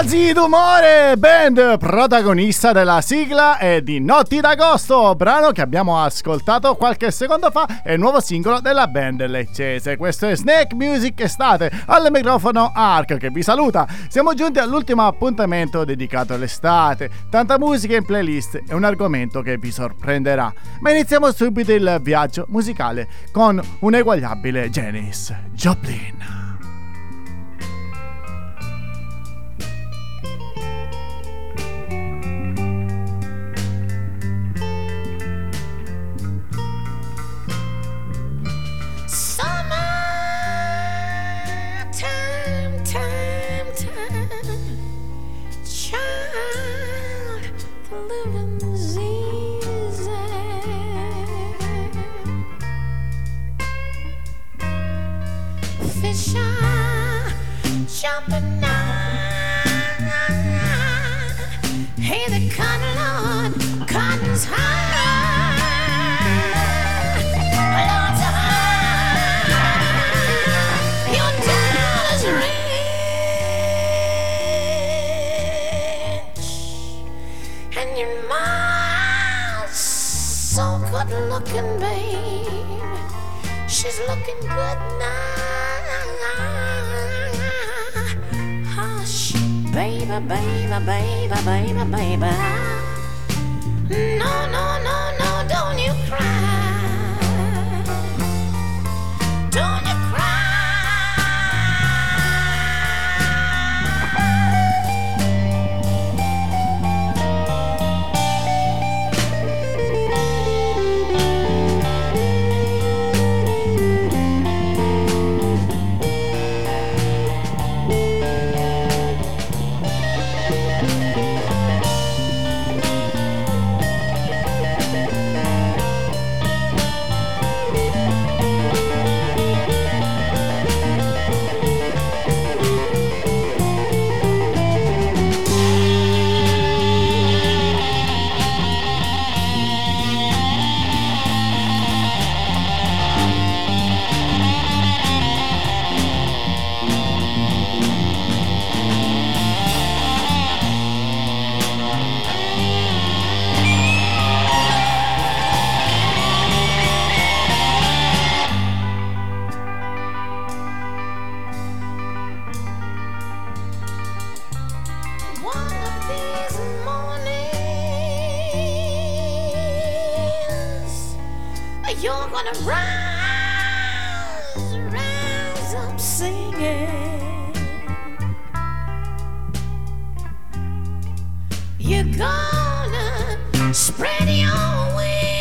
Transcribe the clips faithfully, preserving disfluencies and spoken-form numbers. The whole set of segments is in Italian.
Alzi d'umore, band protagonista della sigla e di Notti d'Agosto, brano che abbiamo ascoltato qualche secondo fa, è il nuovo singolo della band leccese. Questo è Snake Music Estate, al microfono Ark che vi saluta. Siamo giunti all'ultimo appuntamento dedicato all'estate, tanta musica in playlist e un argomento che vi sorprenderà. Ma iniziamo subito il viaggio musicale con un'eguagliabile Janis Joplin. Jumping now, hey, the cotton Lord, cotton's high, Lord's high, your dollar's rich, and your mom's so good looking, babe, she's looking good now. Baby, baby, baby, baby, baby. No, no, no, no, don't you cry. Don't you cry. You're gonna rise, rise up singing. You're gonna spread your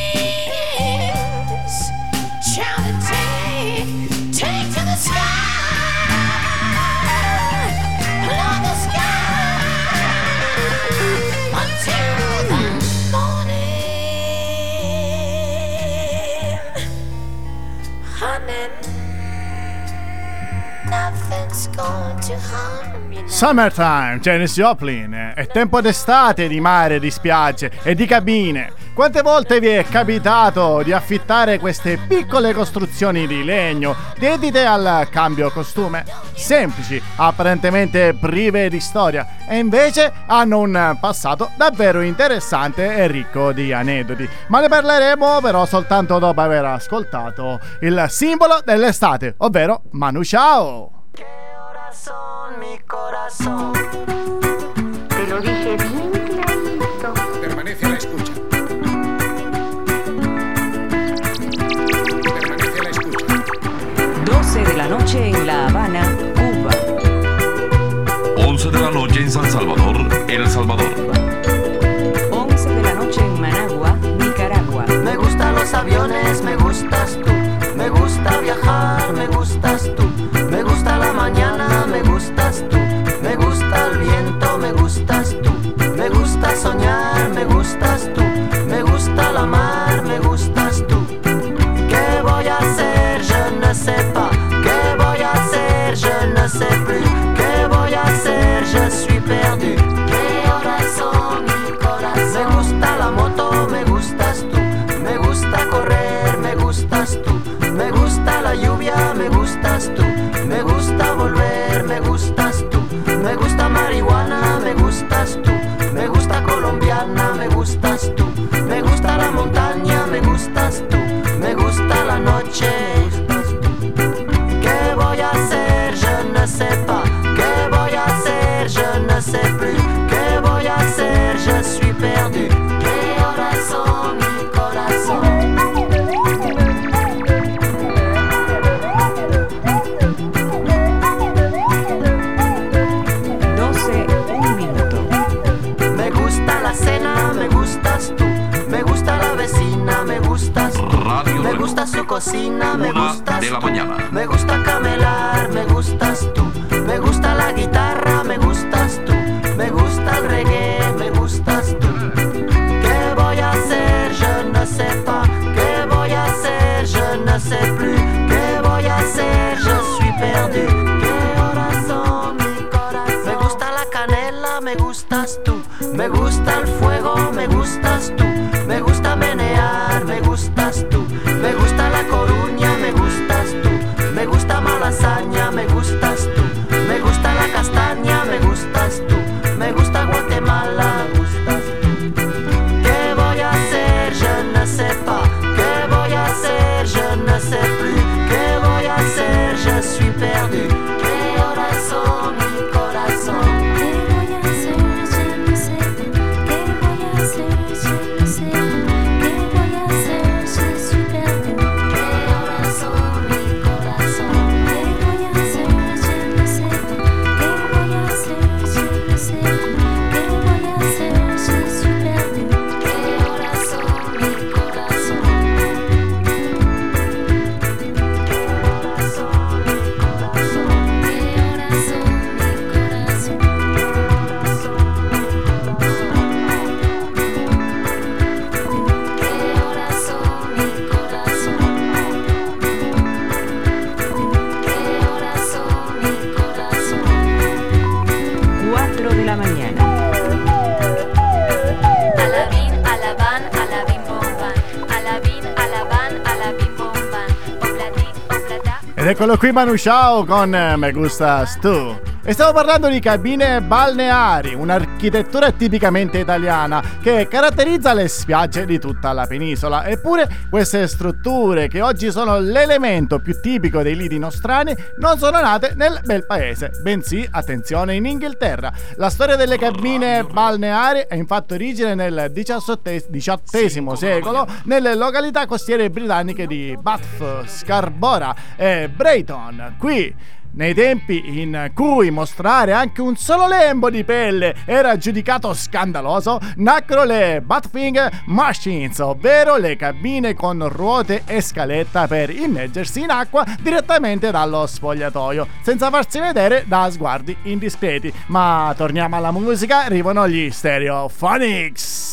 wings, shout and take, take to the sky, love the sky until the nothing's going to harm you now. Summertime, Janis Joplin. È tempo d'estate, di mare, di spiagge e di cabine. Quante volte vi è capitato di affittare queste piccole costruzioni di legno dedite al cambio costume? Semplici, apparentemente prive di storia, e invece hanno un passato davvero interessante e ricco di aneddoti. Ma ne parleremo però soltanto dopo aver ascoltato il simbolo dell'estate, ovvero Manu Chao. Qué corazón, mi corazón. Te lo dije bien clarito. Permanece a la escucha. Permanece a la escucha. doce de la noche en La Habana, Cuba. once de la noche en San Salvador, El Salvador. once de la noche en Managua, Nicaragua. Me gustan los aviones, me gustas tú. Me gusta viajar, me gustas tú. Me gusta la mañana, me gustas tú. Me gusta el viento, me gustas tú. Me gusta soñar, me gustas tú. Me gusta la mar, me gustas tú. ¿Qué voy a hacer? Je ne sais pas. ¿Qué voy a hacer? Je ne sais plus. ¿Qué voy a hacer? Je suis perdu. ¿Qué corazón? gustas tú, me gusta la noche. ¿Qué voy a hacer? Je ne sais pas. ¿Qué voy a hacer? Je ne sais plus. ¿Qué voy a hacer? Je suis perdu. ¿Qué horas son, mi corazón? doce, un minuto. Me gusta la cena, me gustas tú. Me gusta la vecina, me gustas tú. Radio Me Reloj. gusta su cocina, me Una gustas de la tú. mañana. Me gusta camelar, me gustas tú. Me gusta la guitarra, me gustas tú. Me gusta el reggae, me gustas tú. ¿Qué voy a hacer? Je ne sais pas. ¿Qué voy a hacer? Je ne sais plus. ¿Qué voy a hacer? Je suis perdu. ¿Qué horas son, mi corazón? Me gusta la canela, me gustas tú. Me gusta el fuego, me gustas tú. Me gusta menear, me gustas tú. Me gusta la Coruña, me gustas tú. Me gusta Malasaña, me gustas tú. Me gusta la castaña, me gustas tú. Me gusta Guatemala, me gustas tú. ¿Qué voy a hacer? Je ne sais pas. ¿Qué voy a hacer? Je ne sais plus. ¿Qué voy a hacer? Je suis perdu. ¿Qué horas son, mi corazón? ¿Qué voy a hacer? Je ne sais plus. ¿Qué voy a hacer? Je ne sais plus. ¿Qué voy a hacer? Je suis perdu. ¿Qué horas son, mi corazón? ¿Qué voy a hacer? Je ne sais plus. ¿Qué voy a hacer? Je ne sais plus. ¿Qué voy a hacer? Je suis perdu. ¿Qué horas son, mi corazón? ¿Qué horas son, mi corazón? ¿Qué horas son, mi corazón? ¿Qué horas son, mi corazón? ¿Qué horas son, mi corazón? cuatro de la mañana. Alabín, alabán, alabín, bombán. Alabín, alabán, alabín, bombán. Obladí, obladá. Ed eccolo qui Manu Chao con eh, Me Gustas Tu. E stiamo parlando di cabine balneari, un'architettura tipicamente italiana che caratterizza le spiagge di tutta la penisola. Eppure queste strutture, che oggi sono l'elemento più tipico dei lidi nostrani, non sono nate nel bel paese, bensì, attenzione, in Inghilterra. La storia delle cabine balneari è infatti origine nel diciottesimo secolo nelle località costiere britanniche di Bath, Scarborough e Brighton. Qui, nei tempi in cui mostrare anche un solo lembo di pelle era giudicato scandaloso, nacquero le bathing machines, ovvero le cabine con ruote e scaletta per immergersi in acqua direttamente dallo spogliatoio, senza farsi vedere da sguardi indiscreti. Ma torniamo alla musica, arrivano gli Stereophonics.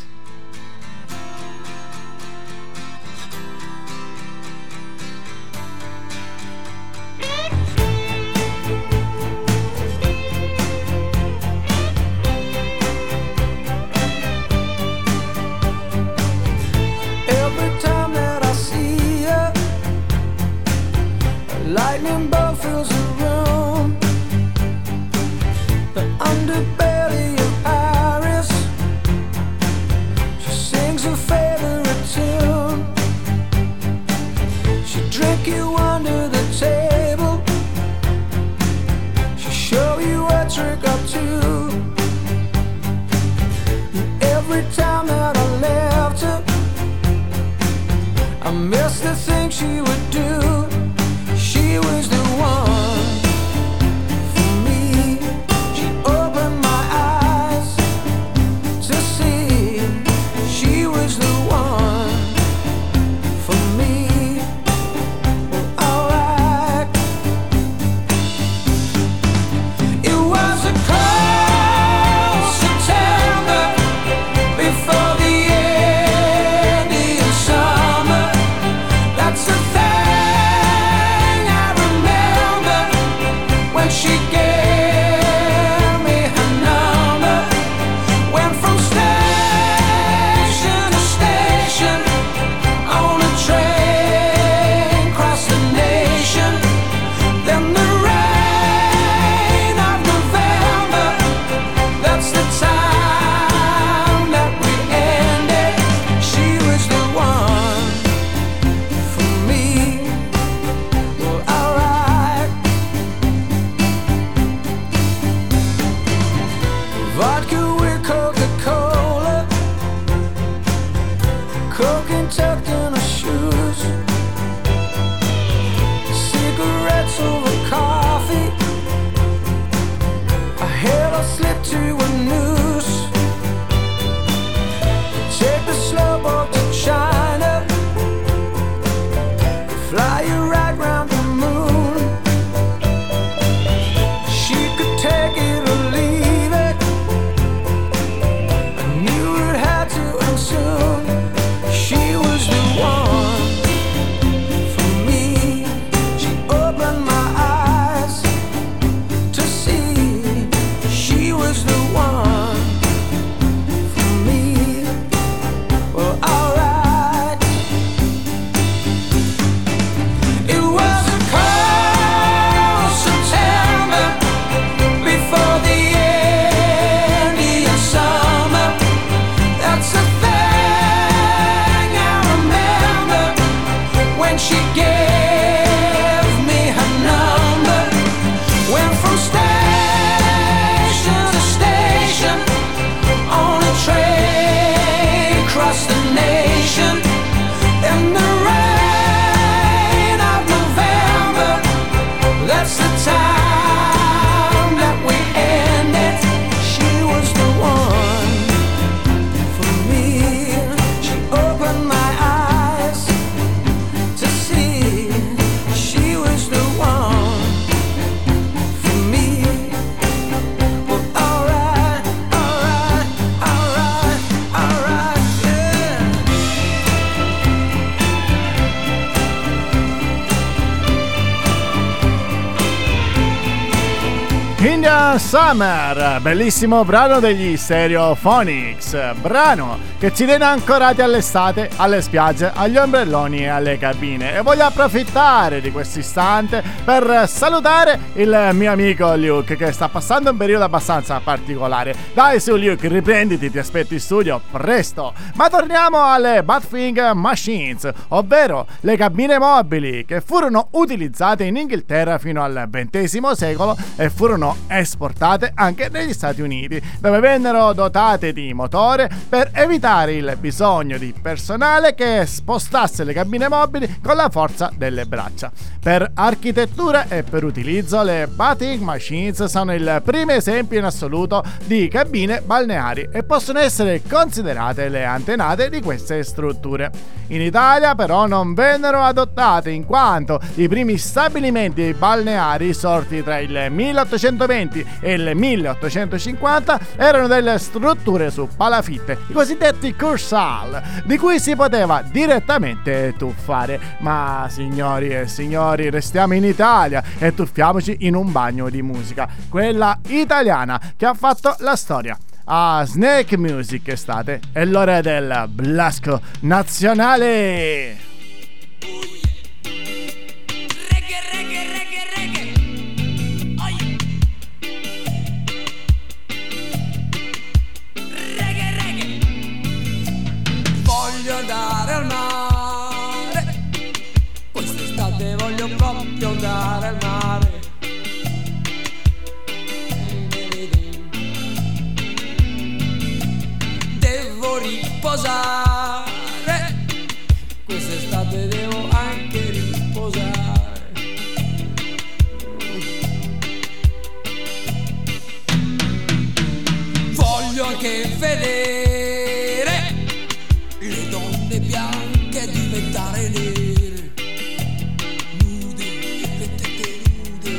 Every time that I see you, a lightning bolt fills the room. The underbelly of Iris, she sings her favorite tune. She drink you under the table, she show you a trick or two. And every time that I left her, I miss the things she would do. She was the one for me. She opened my eyes to see she was the one for me. Well, alright. It was a cold September before the end of summer. That's the thing. smoking tucked in her shoes. Cigarettes over coffee. I held her slip to a noose. Take the slow boat to China. Fly you right round the moon. She could take it or leave it. I knew it had to end soon. She was the one for me. She opened my eyes to see. She was the one for me. Well, alright. It was a cold September before the Indian summer. That's the thing I remember when she gave me her number. Went from station to station on a train across the nation. In the rain of November, that's the time that we ended. She was the one for me. She opened my eyes to see. She was the one for me. Well, alright, alright, alright, alright, yeah. Indian Summer, bellissimo brano degli Stereophonics, brano che ci tiene ancorati all'estate, alle spiagge, agli ombrelloni e alle cabine. E voglio approfittare di questo istante per salutare il mio amico Luke, che sta passando un periodo abbastanza particolare. Dai su Luke, riprenditi, ti aspetto in studio presto. Ma torniamo alle Bathing Machines, ovvero le cabine mobili che furono utilizzate in Inghilterra fino al ventesimo secolo e furono esportate anche negli Stati Uniti, dove vennero dotate di motore per evitare il bisogno di personale che spostasse le cabine mobili con la forza delle braccia. Per architettura e per utilizzo, le Bathing Machines sono il primo esempio in assoluto di cabine balneari e possono essere considerate le antenate di queste strutture. In Italia però non vennero adottate, in quanto i primi stabilimenti balneari sorti tra il milleottocentoventi e il milleottocentocinquanta erano delle strutture su palafitte, i cosiddetti Cursal, di cui si poteva direttamente tuffare. Ma signori e signori, restiamo in Italia e tuffiamoci in un bagno di musica, quella italiana che ha fatto la storia. A Snake Music estate è l'ora del Blasco nazionale. Reggae, reggae, reggae, reggae. Oye. Reggae, reggae. Voglio andare al mare, quest'estate voglio proprio andare al mare. Devo riposare, quest'estate devo anche riposare. Voglio anche vedere le donne bianche diventare nere, nude, le tette nude.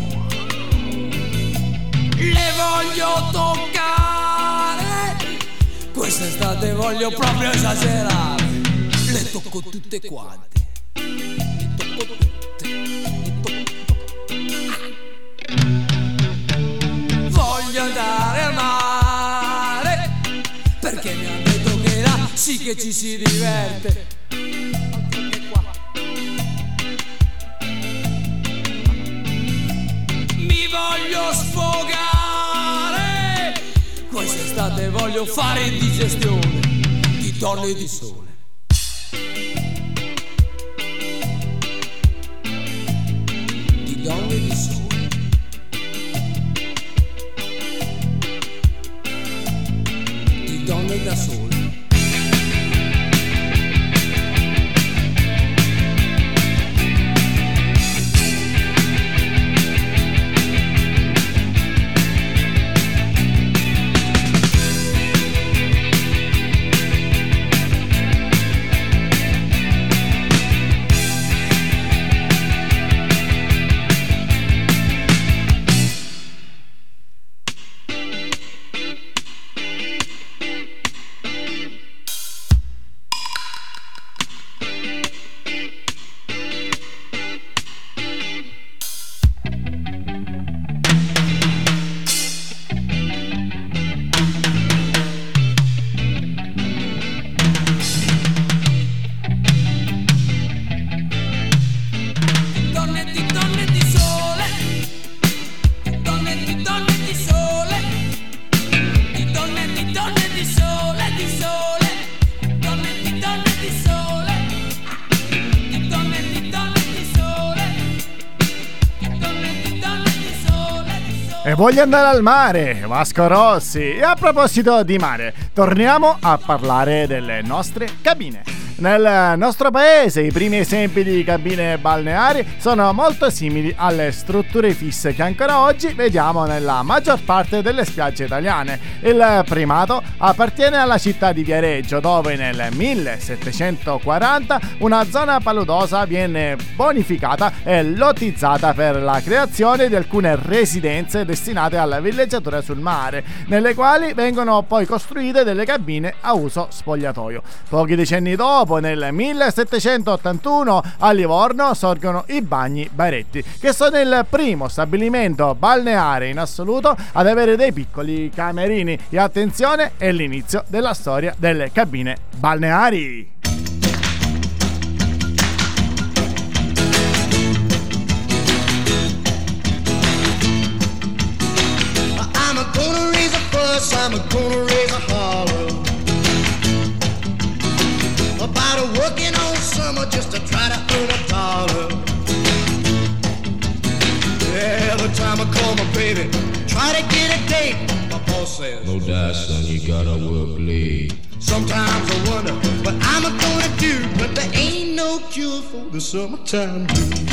Le voglio toccare, quest'estate voglio proprio esagerare. Le tocco tutte quante, le tocco tutte, le tocco. Voglio andare al mare, perché mi hanno detto che là sì che ci si diverte. Anche qua. Mi voglio sfogare, quest'estate voglio fare indigestione di donne e di sole. Di donne e di sole. Di donne da sole. E voglio andare al mare, Vasco Rossi. E a proposito di mare, torniamo a parlare delle nostre cabine. Nel nostro paese i primi esempi di cabine balneari sono molto simili alle strutture fisse che ancora oggi vediamo nella maggior parte delle spiagge italiane. Il primato appartiene alla città di Viareggio, dove nel millesettecentoquaranta una zona paludosa viene bonificata e lotizzata per la creazione di alcune residenze destinate alla villeggiatura sul mare, nelle quali vengono poi costruite delle cabine a uso spogliatoio. Pochi decenni dopo, nel millesettecentottantuno, a Livorno sorgono i bagni Baretti, che sono il primo stabilimento balneare in assoluto ad avere dei piccoli camerini. E attenzione, è l'inizio della storia delle cabine balneari. I'm gonna raise a fuss, I'm gonna raise a holler about a working all summer just to try to earn a dollar. Every time I call my baby, try to get a date, my boss says, no doubt, son, you gotta work late. Sometimes I wonder what I'm gonna do, but there ain't no cure for the summertime blues.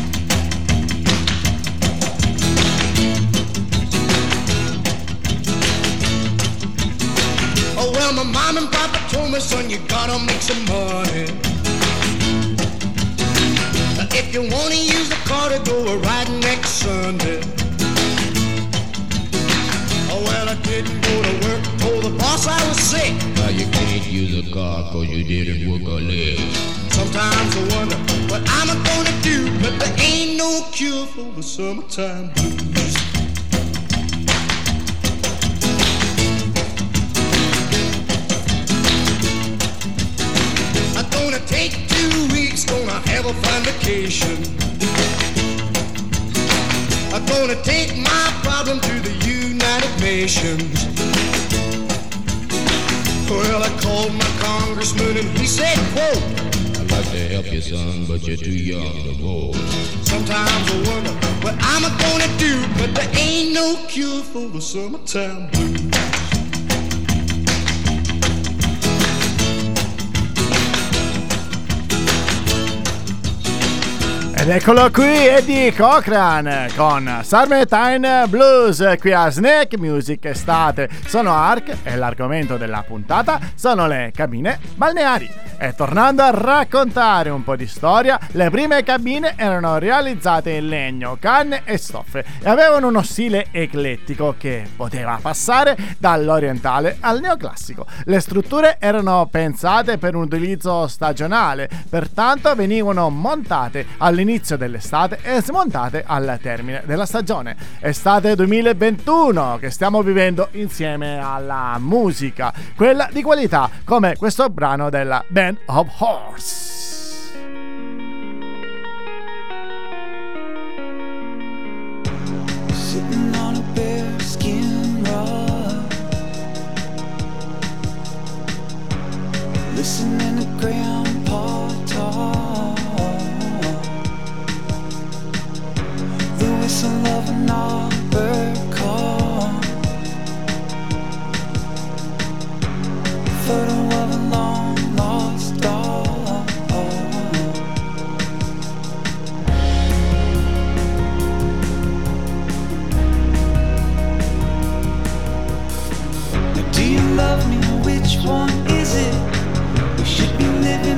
Oh well, my mom and papa told me, son, you gotta make some money. If you wanna use the car to go a ride next Sunday. Oh well, I didn't go to work, told the boss I was sick. Now you can't use a car cause you didn't work a leg. Sometimes I wonder what I'm gonna do, but there ain't no cure for the summertime blues. Gonna take two weeks, gonna have a fine vacation. I'm gonna take my problem to the United Nations. Well, I called my congressman and he said, quote, I'd like to help you, son, but you're too young to vote. Sometimes I wonder what I'm gonna do, but there ain't no cure for the summertime blues. Ed eccolo qui, Eddie Cochran con Summertime Blues qui a Snake Music Estate. Sono Ark e l'argomento della puntata sono le cabine balneari. E tornando a raccontare un po' di storia, le prime cabine erano realizzate in legno, canne e stoffe e avevano uno stile eclettico che poteva passare dall'orientale al neoclassico. Le strutture erano pensate per un utilizzo stagionale, pertanto venivano montate all'inizio dell'estate e smontate al termine della stagione. Estate duemilaventuno che stiamo vivendo insieme alla musica, quella di qualità, come questo brano della Band of Horse. Sitting on a bearskin rug, listening to Grandpa talk, the whistle of an Albert call, photo of a long lost dog. Now, do you love me? Which one is it? We should be living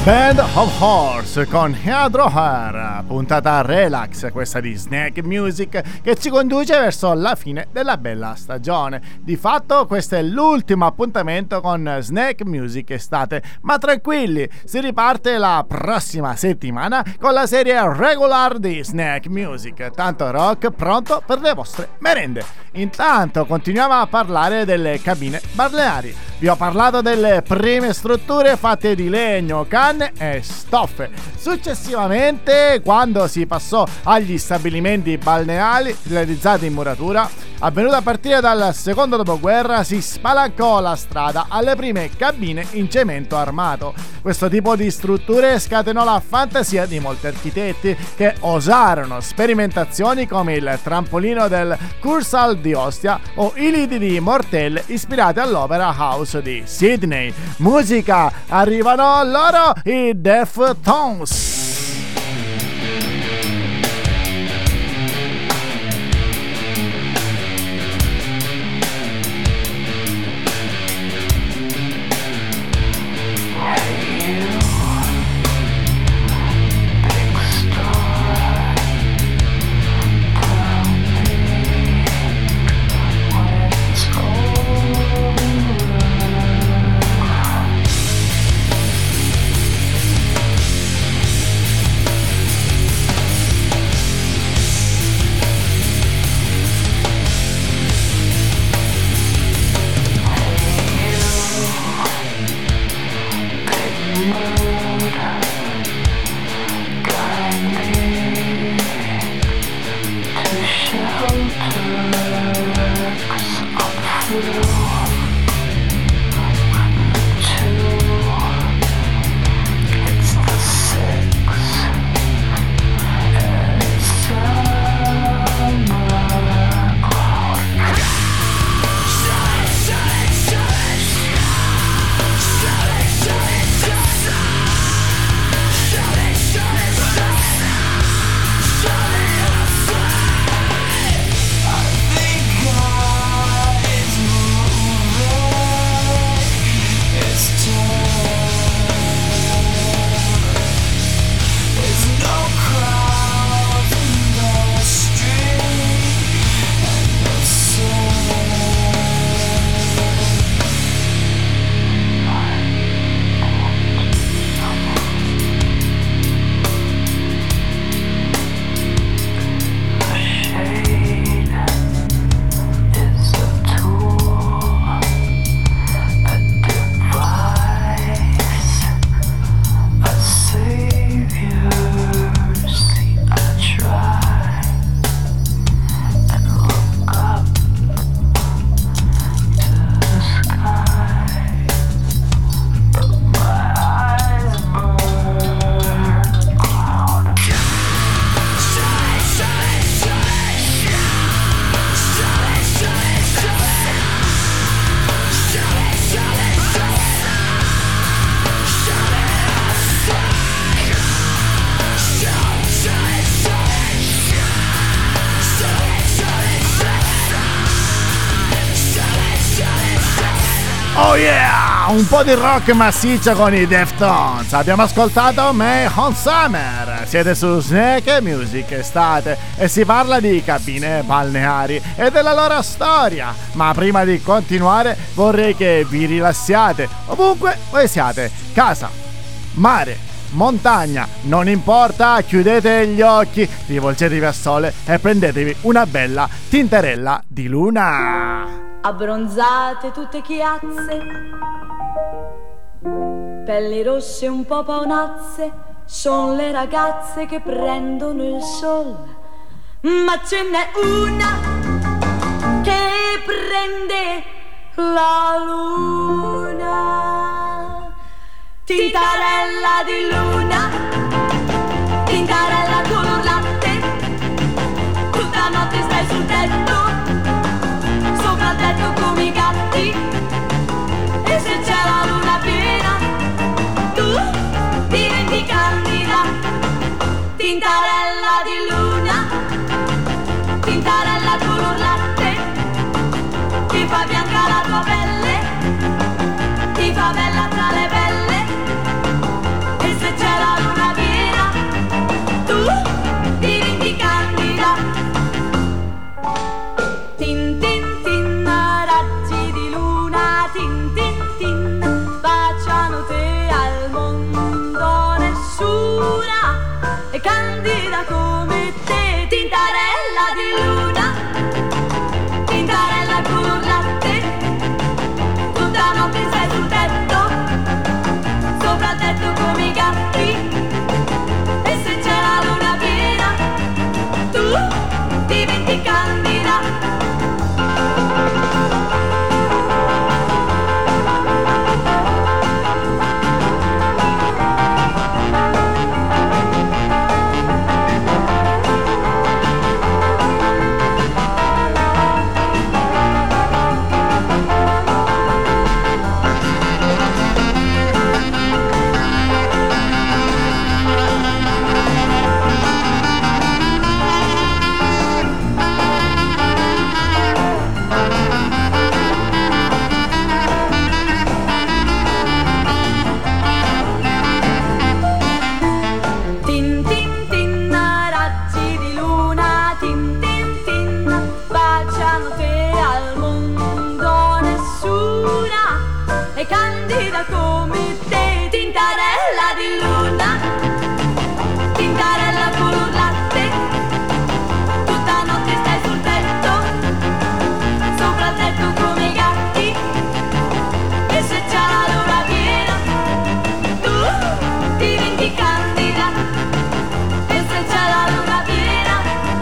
Band of Horse con Headro Hair, puntata relax questa di Snack Music che ci conduce verso la fine della bella stagione. Di fatto questo è l'ultimo appuntamento con Snack Music estate, ma tranquilli, si riparte la prossima settimana con la serie regular di Snack Music, tanto rock pronto per le vostre merende. Intanto continuiamo a parlare delle cabine balneari. Vi ho parlato delle prime strutture fatte di legno, canne e stoffe. Successivamente, quando si passò agli stabilimenti balneari realizzati in muratura, avvenuto a partire dal secondo dopoguerra, si spalancò la strada alle prime cabine in cemento armato. Questo tipo di strutture scatenò la fantasia di molti architetti che osarono sperimentazioni come il trampolino del Cursal di Ostia o i lidi di Mortel ispirati all'Opera House di Sydney. Musica, arrivano loro i Deftones. Oh yeah! Un po' di rock massiccio con i Deftones. Abbiamo ascoltato May on Summer. Siete su Snack Music Estate e si parla di cabine balneari e della loro storia. Ma prima di continuare vorrei che vi rilassiate ovunque voi siate. Casa, mare, montagna, non importa, chiudete gli occhi, rivolgetevi al sole e prendetevi una bella tintarella di luna. Abbronzate tutte chiazze, pelli rosse un po' paonazze, son le ragazze che prendono il sole. Ma ce n'è una che prende la luna. Tintarella di luna, tintarella color latte, tutta notte stai sul tetto, sopra il tetto come i gatti, e se c'è la luna piena tu diventi candida. Tintarella di luna, tintarella color latte, ti fa bianca la tua pelle, ti fa bella tra le belle, e se stanotte al mondo nessuna è candida come te, tintarella di luna, tintarella color latte, tutta notte stai sul tetto, sopra il tetto come i gatti, e se c'è la luna piena tu diventi candida, e se c'è la luna piena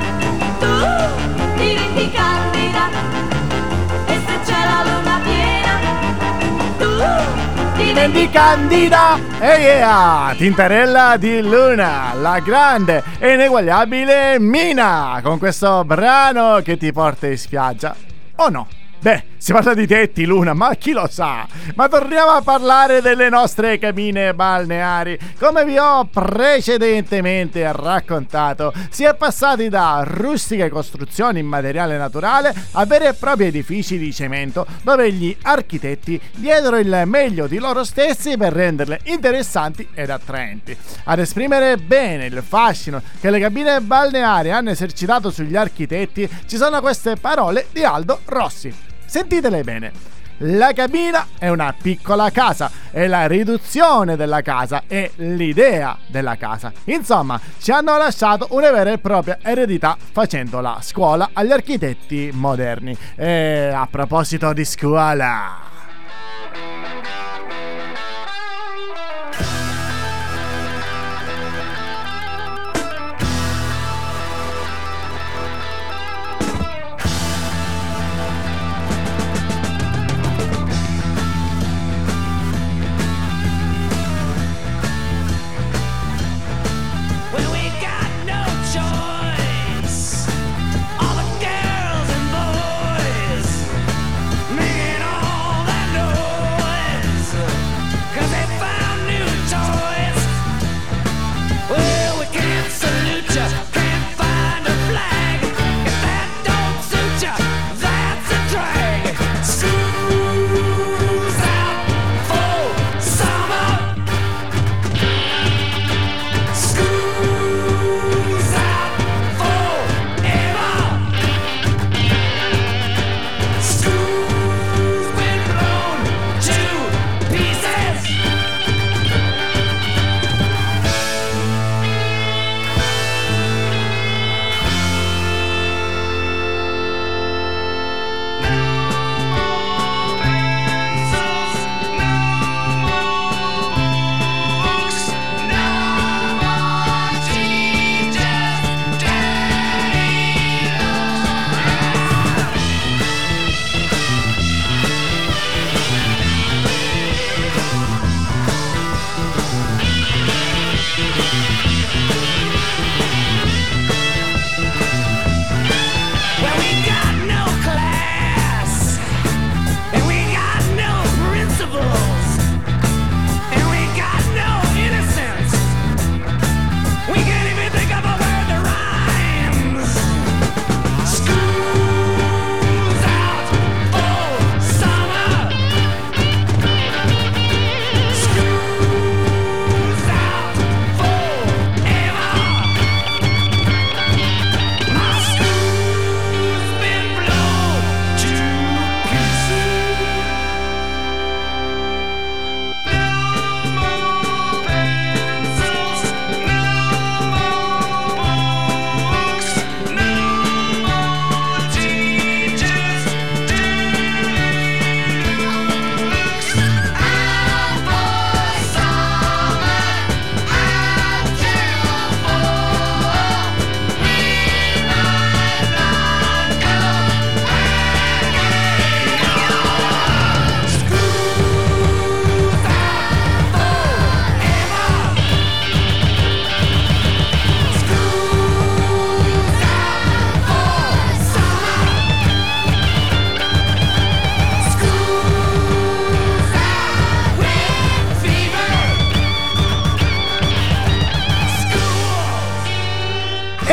tu diventi candida, e se c'è la luna piena tu diventi candida. E yeah, Tintarella di Luna, la grande e ineguagliabile Mina, con questo brano che ti porta in spiaggia, o no? Beh, si parla di tetti, Luna, ma chi lo sa? Ma torniamo a parlare delle nostre cabine balneari. Come vi ho precedentemente raccontato, si è passati da rustiche costruzioni in materiale naturale a veri e propri edifici di cemento, dove gli architetti diedero il meglio di loro stessi per renderle interessanti ed attraenti. Ad esprimere bene il fascino che le cabine balneari hanno esercitato sugli architetti ci sono queste parole di Aldo Rossi. Sentitele bene. La cabina è una piccola casa, è la riduzione della casa, è l'idea della casa. Insomma, ci hanno lasciato una vera e propria eredità facendola scuola agli architetti moderni. E a proposito di scuola, All the girls and boys making all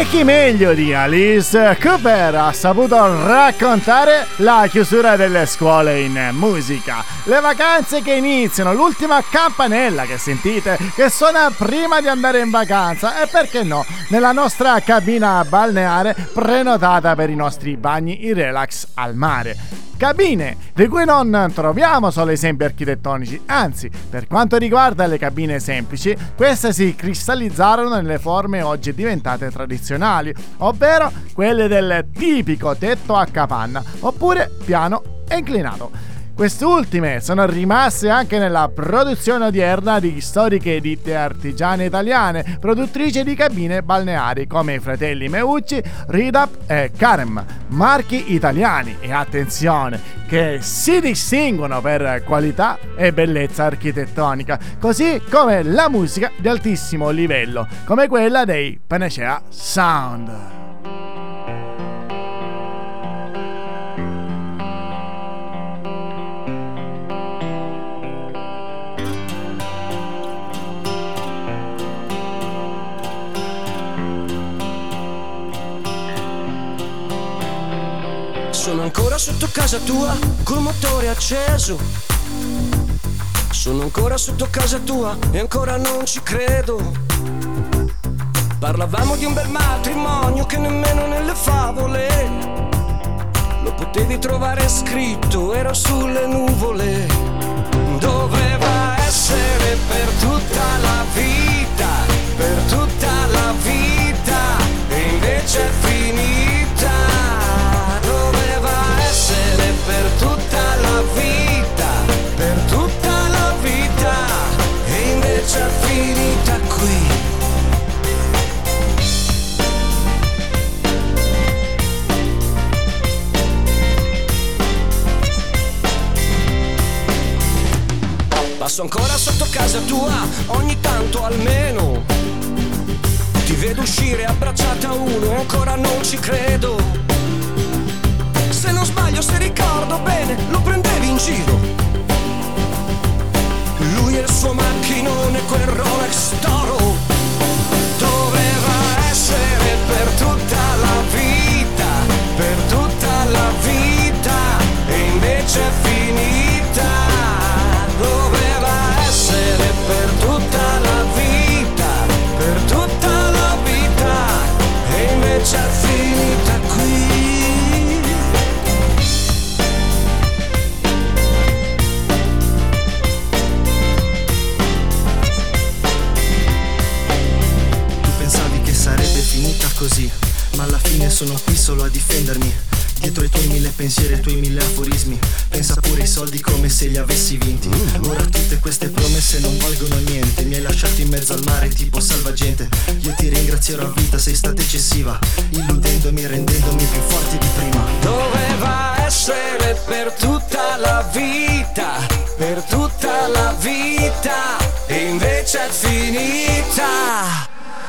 E chi meglio di Alice Cooper ha saputo raccontare la chiusura delle scuole in musica, le vacanze che iniziano, l'ultima campanella che sentite che suona prima di andare in vacanza e perché no, nella nostra cabina balneare prenotata per i nostri bagni in relax al mare. Cabine di cui non troviamo solo esempi architettonici, anzi, per quanto riguarda le cabine semplici, queste si cristallizzarono nelle forme oggi diventate tradizionali, ovvero quelle del tipico tetto a capanna oppure piano inclinato. Queste ultime sono rimaste anche nella produzione odierna di storiche ditte artigiane italiane, produttrici di cabine balneari come i fratelli Meucci, Ridap e Carem, marchi italiani e attenzione, che si distinguono per qualità e bellezza architettonica, così come la musica di altissimo livello, come quella dei Panacea Sound. Sono ancora sotto casa tua, col motore acceso. Sono ancora sotto casa tua e ancora non ci credo. Parlavamo di un bel matrimonio che nemmeno nelle favole lo potevi trovare scritto, era sulle nuvole. Doveva essere per tutta la vita, per tutta la vita, e invece è finita. Per tutta la vita, per tutta la vita, e invece è finita qui. Passo ancora sotto casa tua, ogni tanto almeno. Ti vedo uscire abbracciata a uno e ancora non ci credo. Se non sbaglio, se ricordo bene, lo prendevi in giro. Lui e il suo macchinone, quel Rolex d'oro. Doveva essere per tutta la vita, per tutta la vita, e invece è finita. Doveva essere per tutta la vita, per tutta la vita, e invece è finita qui. Così, ma alla fine sono qui solo a difendermi. Dietro i tuoi mille pensieri e i tuoi mille aforismi. Pensa pure ai soldi come se li avessi vinti. Ora tutte queste promesse non valgono niente. Mi hai lasciato in mezzo al mare tipo salvagente. Io ti ringrazierò a vita, sei stata eccessiva, illudendomi e rendendomi più forte di prima. Doveva essere per tutta la vita, per tutta la vita, e invece è finita.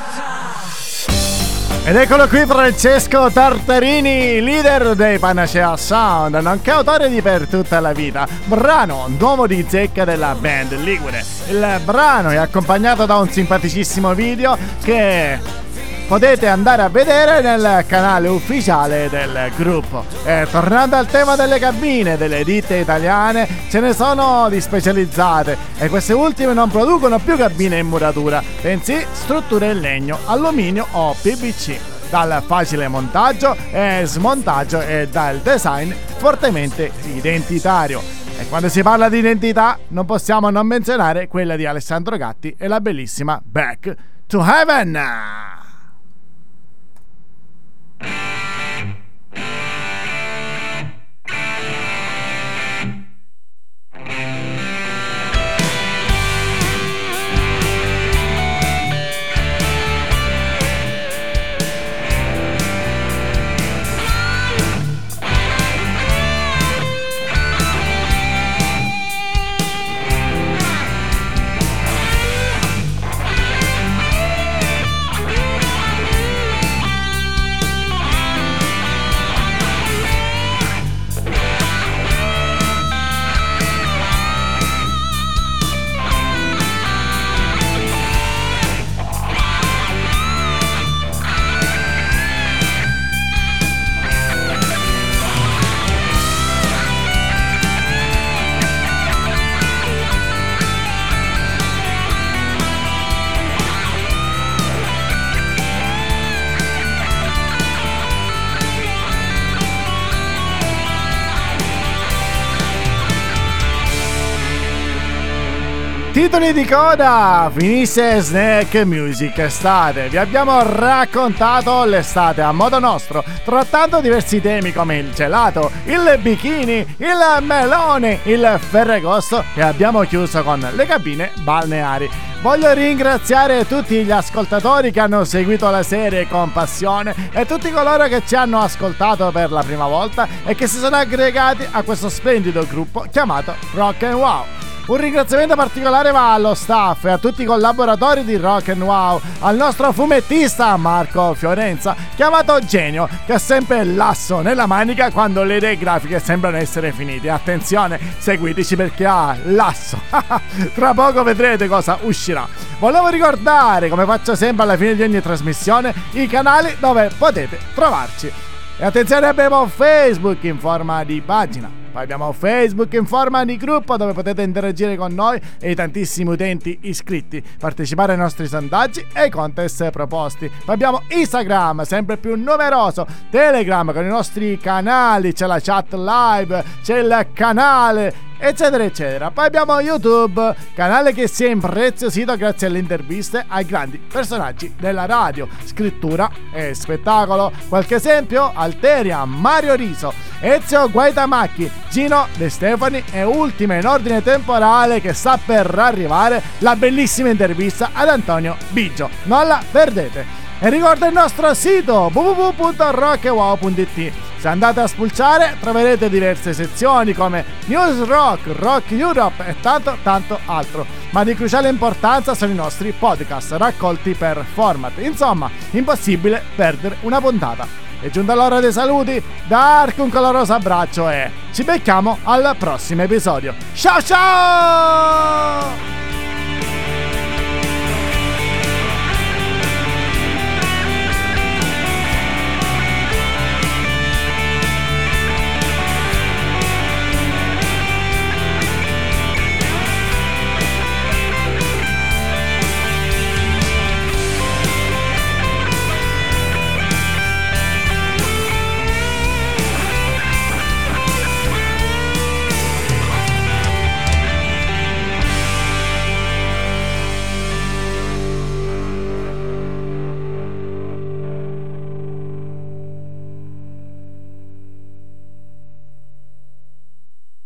Ed eccolo qui Francesco Tartarini, leader dei Panacea Sound, nonché autore di Per tutta la vita, brano nuovo di zecca della band ligure. Il brano è accompagnato da un simpaticissimo video che potete andare a vedere nel canale ufficiale del gruppo. E tornando al tema delle cabine delle ditte italiane, ce ne sono di specializzate e queste ultime non producono più cabine in muratura, bensì strutture in legno, alluminio o P V C, dal facile montaggio e smontaggio e dal design fortemente identitario. E quando si parla di identità non possiamo non menzionare quella di Alessandro Gatti e la bellissima Back to Heaven. Bye. Titoli di coda, finisce Snack Music Estate. Vi abbiamo raccontato l'estate a modo nostro, trattando diversi temi come il gelato, il bikini, il melone, il ferragosto e abbiamo chiuso con le cabine balneari. Voglio ringraziare tutti gli ascoltatori che hanno seguito la serie con passione e tutti coloro che ci hanno ascoltato per la prima volta e che si sono aggregati a questo splendido gruppo chiamato Rock and Wow. Un ringraziamento particolare va allo staff e a tutti i collaboratori di Rock and Wow, al nostro fumettista Marco Fiorenza, chiamato Genio, che ha sempre l'asso nella manica quando le idee grafiche sembrano essere finite. Attenzione, seguiteci perché ha l'asso. Tra poco vedrete cosa uscirà. Volevo ricordare, come faccio sempre alla fine di ogni trasmissione, i canali dove potete trovarci. E attenzione, abbiamo Facebook in forma di pagina. Poi abbiamo Facebook in forma di gruppo dove potete interagire con noi e i tantissimi utenti iscritti, partecipare ai nostri sondaggi e ai contest proposti. Poi abbiamo Instagram, sempre più numeroso, Telegram con i nostri canali, c'è la chat live, c'è il canale, eccetera eccetera. Poi abbiamo YouTube, canale che si è impreziosito grazie alle interviste ai grandi personaggi della radio, scrittura e spettacolo. Qualche esempio? Alteria, Mario Riso, Ezio Guaitamacchi, Gino De Stefani e ultima in ordine temporale che sta per arrivare, la bellissima intervista ad Antonio Biggio. Non la perdete! E ricorda il nostro sito w w w punto rock and wow punto it. Se andate a spulciare troverete diverse sezioni come News Rock, Rock Europe e tanto tanto altro. Ma di cruciale importanza sono i nostri podcast raccolti per format. Insomma, impossibile perdere una puntata. È giunta l'ora dei saluti, da Ark un caloroso abbraccio e ci becchiamo al prossimo episodio. Ciao ciao!